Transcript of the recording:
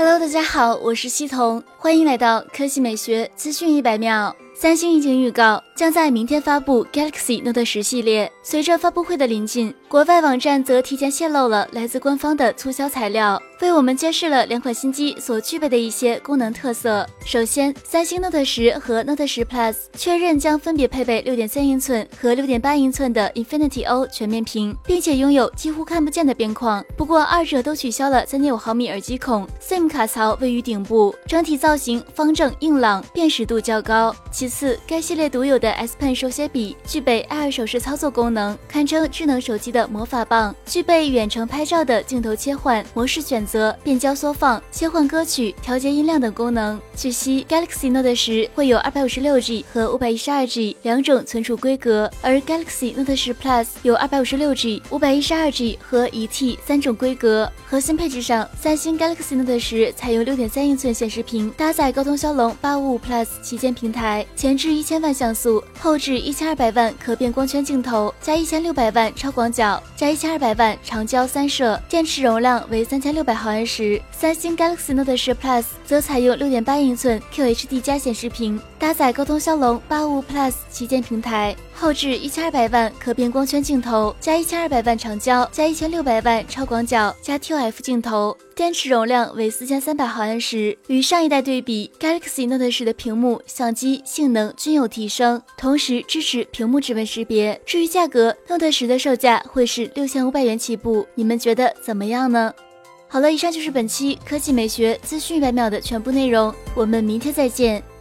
Hello， 大家好，我是西彤，欢迎来到科技美学资讯100秒。三星已经预告将在明天发布 Galaxy Note 10系列。随着发布会的临近，国外网站则提前泄露了来自官方的促销材料，为我们揭示了两款新机所具备的一些功能特色。首先，三星 Note 10和 Note 10 Plus 确认将分别配备 6.3 英寸和 6.8 英寸的 Infinity O 全面屏，并且拥有几乎看不见的边框。不过，二者都取消了 3.5 毫米耳机孔 ，SIM 卡槽位于顶部，整体造型方正硬朗，辨识度较高。其次，该系列独有的 S Pen 手写笔具备 Air 手势操作功能，堪称智能手机的魔法棒，具备远程拍照的镜头切换、模式选择、变焦缩放、切换歌曲、调节音量等功能。据悉 ，Galaxy Note 10会有 256G 和 512G 两种存储规格，而 Galaxy Note 10 Plus 有 256G、512G 和 1T 三种规格。核心配置上，三星 Galaxy Note 10采用 6.3 英寸显示屏，搭载高通骁龙855 Plus 旗舰平台。前置1000万像素，后置1200万可变光圈镜头，加1600万超广角，加1200万长焦三摄，电池容量为3600毫安时。三星 Galaxy Note 10 Plus 则采用 6.8 英寸 QHD+ 显示屏，搭载高通骁龙855 Plus 旗舰平台，后置1200万可变光圈镜头，加1200万长焦，加1600万超广角，加 ToF 镜头。电池容量为4300毫安时。与上一代对比， Galaxy Note 10的屏幕、相机性能均有提升，同时支持屏幕指纹识别。至于价格， Note 10的售价会是6500元起步，你们觉得怎么样呢？好了，以上就是本期科技美学资讯100秒的全部内容，我们明天再见。